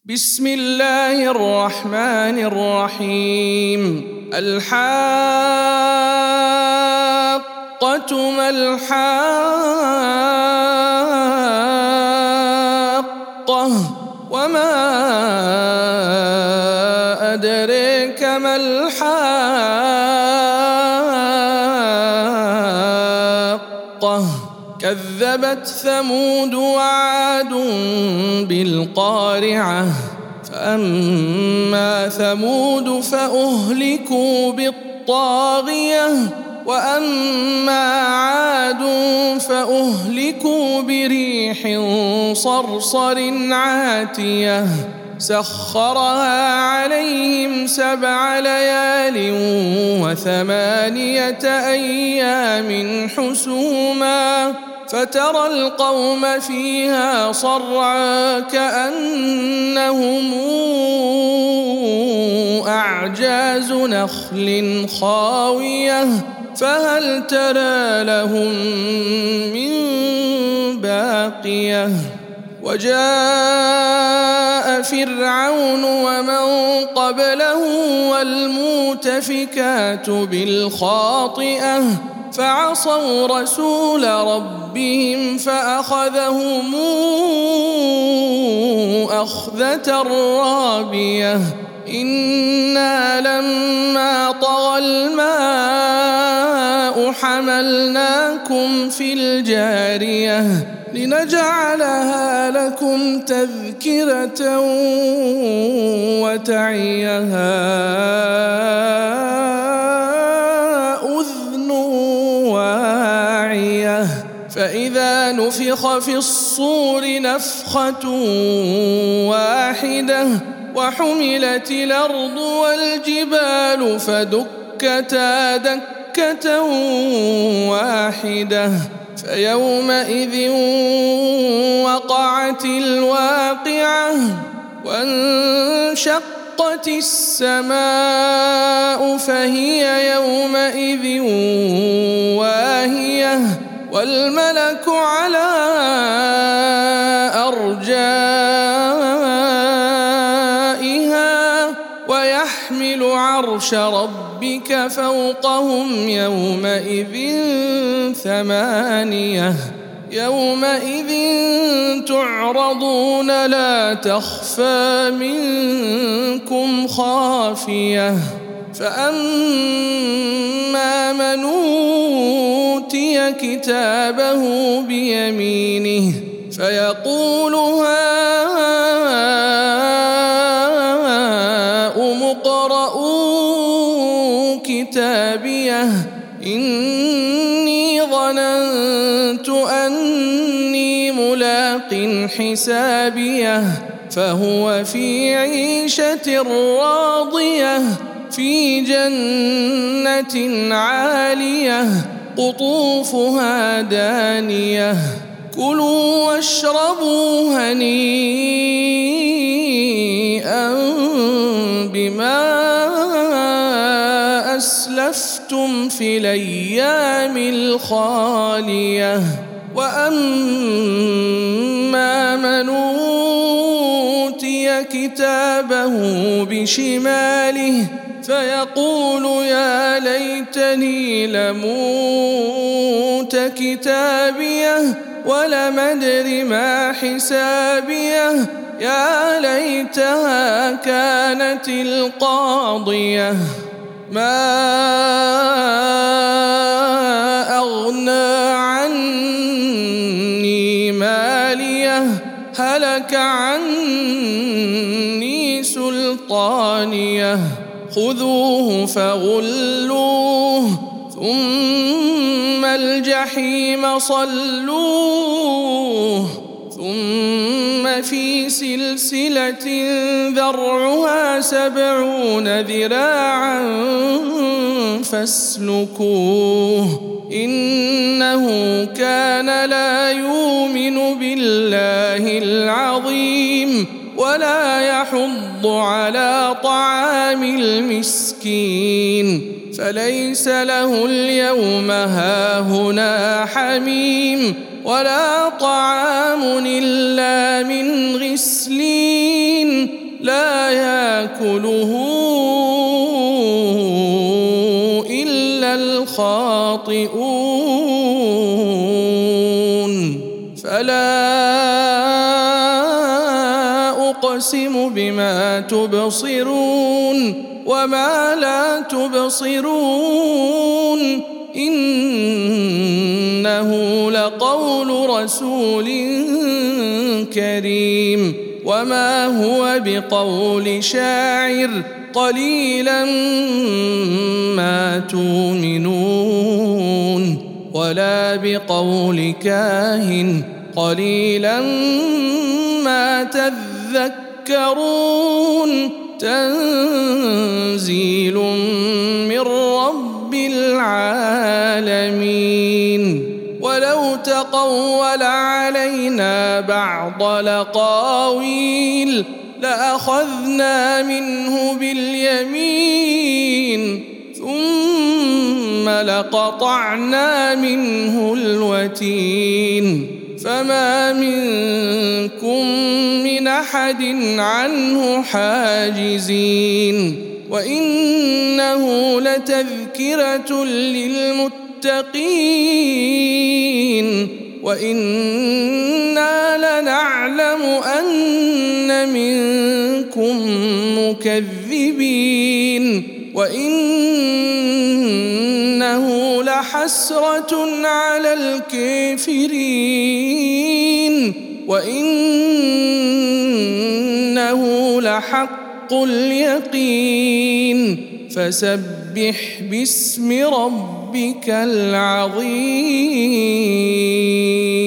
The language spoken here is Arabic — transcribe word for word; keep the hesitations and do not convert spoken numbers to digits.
بسم الله الرحمن الرحيم. الحاقة ما الحاقة وما أدريك ما الحاقة كذبت ثمود وعاد بالقارعة فأما ثمود فأهلكوا بالطاغية وأما عاد فأهلكوا بريح صرصر عاتية سخرها عليهم سبع ليال وثمانية أيام حسوما فترى القوم فيها صرعى كأنهم أعجاز نخل خاوية فهل ترى لهم من باقية وجاء فرعون ومن قبله والمؤتفكات بالخاطئة فعصوا رسول ربهم فأخذهم أخذة رابية إنا لما طغى الماء حملناكم في الجارية لنجعلها لكم تذكرة وتعيها أذن واعية فإذا نفخ في الصور نفخة واحدة وحملت الأرض والجبال فدكتا دكة واحدة فيومئذ وقعت الواقعة وانشقت السماء فهي يومئذ واهية والملك على أرجائها ويحمل عرش ربك فوقهم يومئذ ثمانية يومئذ تعرضون لا تخفى منكم خافية فأما من أوتي كتابه بيمينه فيقول هاؤم اقرءوا كتابيه إني ظننت أني ملاق حسابيه فهو في عيشة راضية في جنة عالية قطوفها دانية كلوا واشربوا هنيئا بما أسلفتم في الأيام الخالية وأما من أوتي كتابه بشماله فيقول يا ليتني لموت كتابيه ولم أدر ما حسابيه يا ليتها كانت القاضية ما أغنى عني ماليه هلك عني سلطانيه خذوه فغلوه ثم الجحيم صلوه ثم في سلسلة ذرعها سبعون ذراعا فاسلكوه إنه كان لا يؤمن بالله العظيم ولا يحض على طعام المسكين فليس له اليوم هاهنا حميم ولا طعام إلا من غسلين لا يأكله إلا الخاطئون فلا أقسم بما تبصرون وما لا تبصرون إنه لقول رسول كريم وما هو بقول شاعر قليلا ما تؤمنون ولا بقول كاهن قليلا ما تذكرون تنزيل من رب العالمين ولو تقول علينا بعض الأقاويل لأخذنا منه باليمين ثم لقطعنا منه الوتين فما منكم من أحد عنه حاجزين وإنه لتذكرة للمتقين وإنا لنعلم أن منكم مكذبين وإنه لحسرة على الكافرين وإنه لحق اليقين فسبح باسم ربك العظيم.